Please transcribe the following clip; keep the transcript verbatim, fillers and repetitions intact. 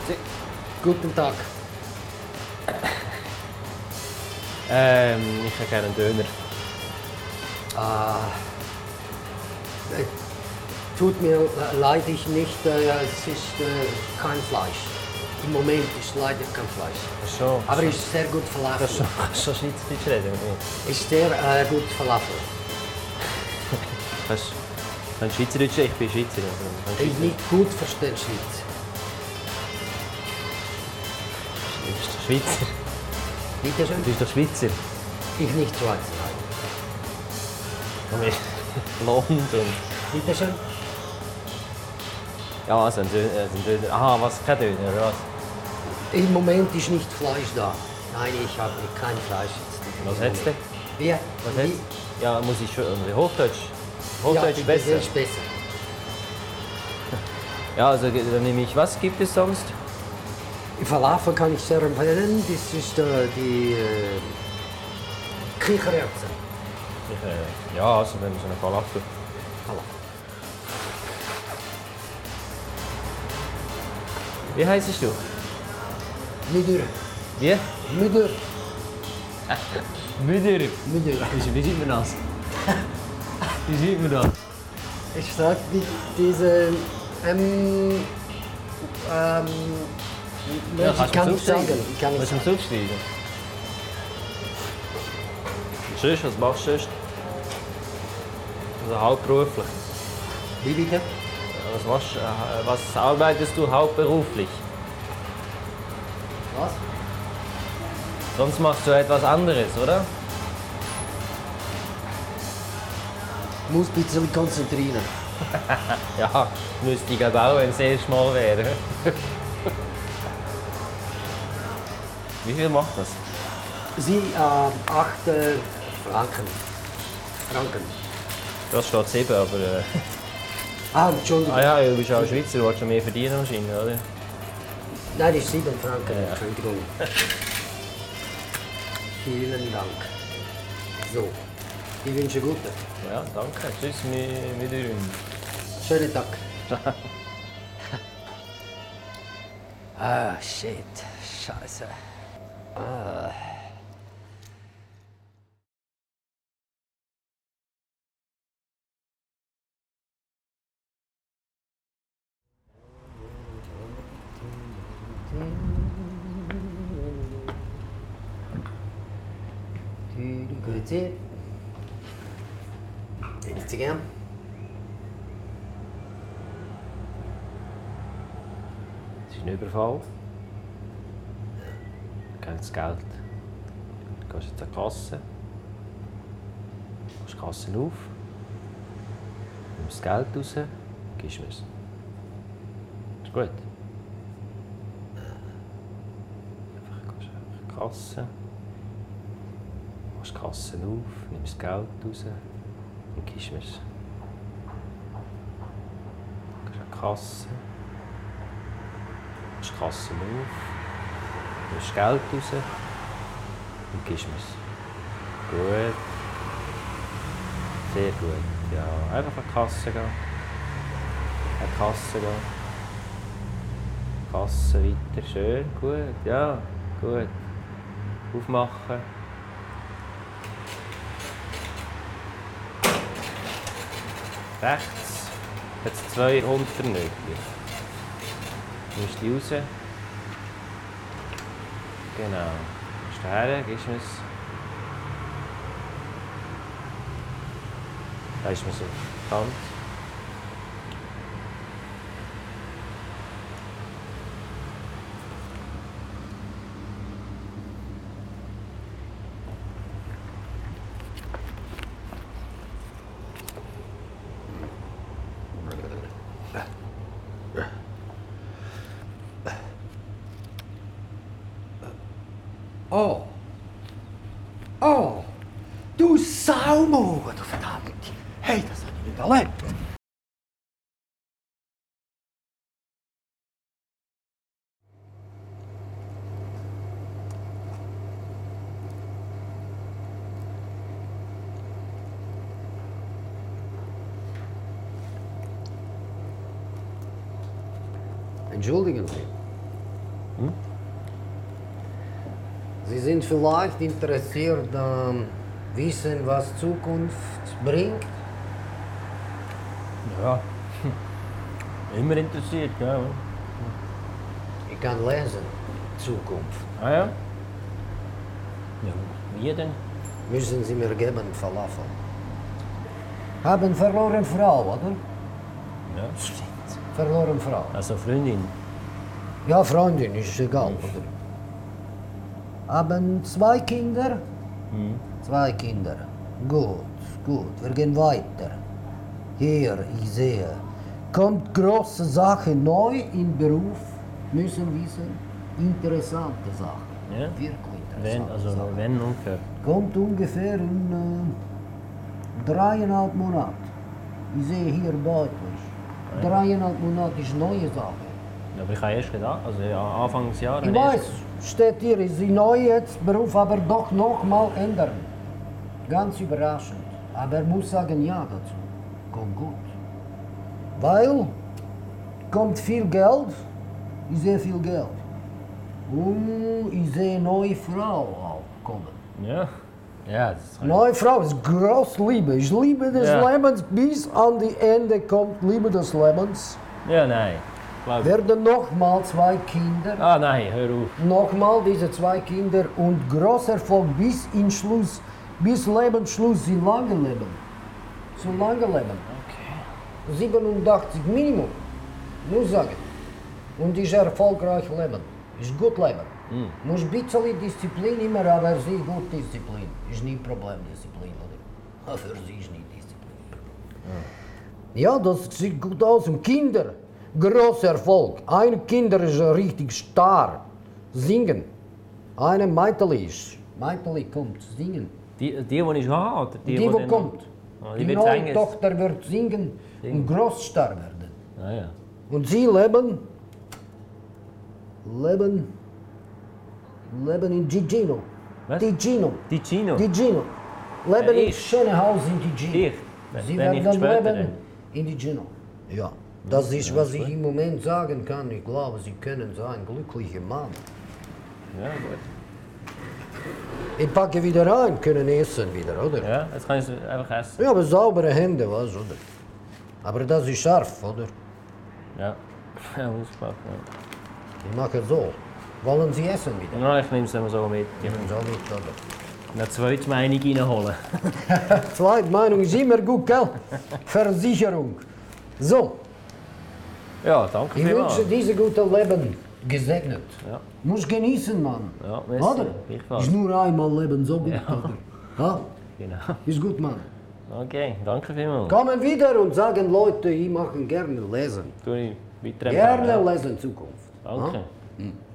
Guten Tag. Ähm, ich hätte gerne einen Döner. Ah, äh, tut mir leid, ich nicht. Äh, es ist äh, kein Fleisch. Im Moment ist leider kein Fleisch. Ach so. Aber es ist sehr gut Falafel. Kannst du kannst du Schweizerdeutsch reden mit mir? Ist sehr äh, gut Falafel. Kannst du Schweizerdeutsch? Ich bin Schweizer. Also, Ich nicht gut verstehe Schweiz. Du bist doch Schweizer. Bitte schön? Du bist doch Schweizer. Ich nicht Schweizer. Und wir blond und... Bitte schön? Ja, also ein Döner. Ein Döner. Aha, was? Kein Döner, oder was? Im Moment ist nicht Fleisch da. Nein, ich habe kein Fleisch jetzt. Was hättest du? Wie? Was Wie? hättest du? Ja, muss ich schon... Hochdeutsch? Ja, Hochdeutsch bitte, besser? das ist besser. Ja, also dann nehme ich... Was gibt es sonst? Falafel kann ich sehr empfehlen. Das ist äh, die äh, Kichererbsen. Ich, äh, ja, also dann so eine Falafel. Falafel. Wie heisst du? Müder. Wie? Müder. Müder. Müder. Wie sieht man das? Wie sieht man das? Ich sag die, diese. Ähm, ähm, Ja, ich kannst kann du nicht sagen. aufschreiben? Ich kann nicht Willst du sagen. es aufschreiben? Sonst, was machst du sonst? Also hauptberuflich. Wie bitte? Was, machst, äh, was arbeitest du hauptberuflich? Was? Sonst machst du etwas anderes, oder? Ich muss ein bisschen konzentrieren. Ja, müsste ich aber auch, wenn es erst Mal wäre. Wie viel macht das? Sie, äh, acht äh, Franken. Franken. Das steht sieben, aber... Äh... Ah, Entschuldigung. Ah ja, du bist auch Schweizer, du willst schon mehr verdienen wahrscheinlich, oder? Nein, das ist sieben Franken. Ja. Entschuldigung. Vielen Dank. So, ich wünsche gute. Ja, danke. Tschüss, wir wieder. Schönen Tag. Ah, shit. Scheiße. Ah. Grüezi. Hätten Sie gern? Es ist ein Überfall. Du gibst das Geld. Du gehst jetzt an die Kasse. Du machst die Kasse auf. Nimmst das Geld raus. Gibst mir es. Ist gut. Einfach gehst an die Kasse. Machst die Kasse auf. Nimmst das Geld raus. Und gibst mir es. Du gehst an die Kasse. Machst die Kasse auf. Nimmst das Geld raus und gibst mir es. Gut. Sehr gut. Ja, einfach an die Kasse gehen. An die Kasse gehen. Kasse weiter. Schön, gut. Ja, gut. Aufmachen. Rechts hat es zwei Unternötchen. Nimmst die raus. Genau. Gehst du her, gibst mir es. Da ist mir so bekannt. Oh. Oh. Du Saumohr, du verdammt. Hey, das habe ich nicht erlebt. Entschuldigen Sie. Hm? Sie sind vielleicht interessiert am Wissen, was Zukunft bringt. Ja. Immer interessiert, ja. Ich kann lesen, Zukunft. Ah ja? Ja, wie denn? Müssen Sie mir geben, Falafel. Haben verloren Frau, oder? Ja, stimmt. Verloren Frau. Also Freundin. Ja, Freundin, ist egal, oder? Haben zwei Kinder? Hm. Zwei Kinder. Gut, gut, wir gehen weiter. Hier, ich sehe, kommt große Sache neu im Beruf, müssen wissen, interessante Sache. Ja? Wirklich Wenn, interessante also Sache. wenn ungefähr. Kommt ungefähr in äh, dreieinhalb Monaten. Ich sehe hier deutlich. Dreieinhalb Monate ist neue Sache. Ja, aber ich habe erst gedacht, also ja, Anfang des Jahres. Ich habe weiß, steht hier, ist die neue jetzt Beruf aber doch noch mal ändern. Ganz überraschend. Aber er muss sagen ja dazu. Kommt gut. Weil kommt viel Geld, ich sehe viel Geld. Und ich sehe neue Frau auch kommen. Ja. Ja, das ist Neue Frau ist groß Liebe. Ich liebe des Ja. Lebens, bis an die Ende kommt Liebe des Lebens. Ja, nein. Glaub ich. Werden nochmal zwei Kinder. Ah nein, hör auf. Nochmal diese zwei Kinder und großer Erfolg bis in Schluss, bis Lebensschluss, sie lange leben. So lange leben. Okay. siebenundachtzig Minimum. Nur sagen. Und ist erfolgreich leben. Ist gut leben. Mm. Muss ein bisschen Disziplin immer, aber sie gut Disziplin. Ist nie Problem Disziplin, oder? Aber für sie ist nie Disziplin. Ja, das sieht gut aus. Und Kinder, großer Erfolg. Ein Kinder ist richtig stark. Singen. Eine Meiteli ist. Meiteli kommt singen. Die, die, die ich habe, oder die, Die, die dann- kommt. Ah, Die die wird neue singen. Tochter wird singen Singen. und großstar werden. Ah ja. Und sie leben, leben, leben in Ticino. Was? Ticino. Ticino. Ticino. Leben Ja, in ich. schönen Haus in Ticino. Ich. Sie Wenn ich werden später leben dann. in Ticino. Ja, das ist, was ich im Moment sagen kann. Ich glaube, Sie können so ein glücklicher Mann. Ja, gut. Ich packe wieder ein, können essen wieder, oder? Ja, jetzt kann ich es einfach essen. Ja, aber saubere Hände, was, oder? Aber das ist scharf, oder? Ja. Ja, ausgepackt. Ja. Ich mache so. Wollen Sie essen wieder? Ja, ich nehme es immer so mit. Ja. So mit, oder? Eine zweite Meinung reinholen. Zweite Meinung ist immer gut, gell? Versicherung. So, Ja, danke ich vielmals. wünsche dieses gute Leben gesegnet. Ja. Muss genießen, Mann. Ja, merci. Oder? Gleichfalls. Ist nur einmal leben, so gut, Ja. oder? Ja? Genau. Ist gut, Mann. Okay, danke vielmals. Kommen wieder und sagen Leute, ich mache gerne lesen. Tu ich weiter Gerne empfehlen. lesen Zukunft. Danke. Ja?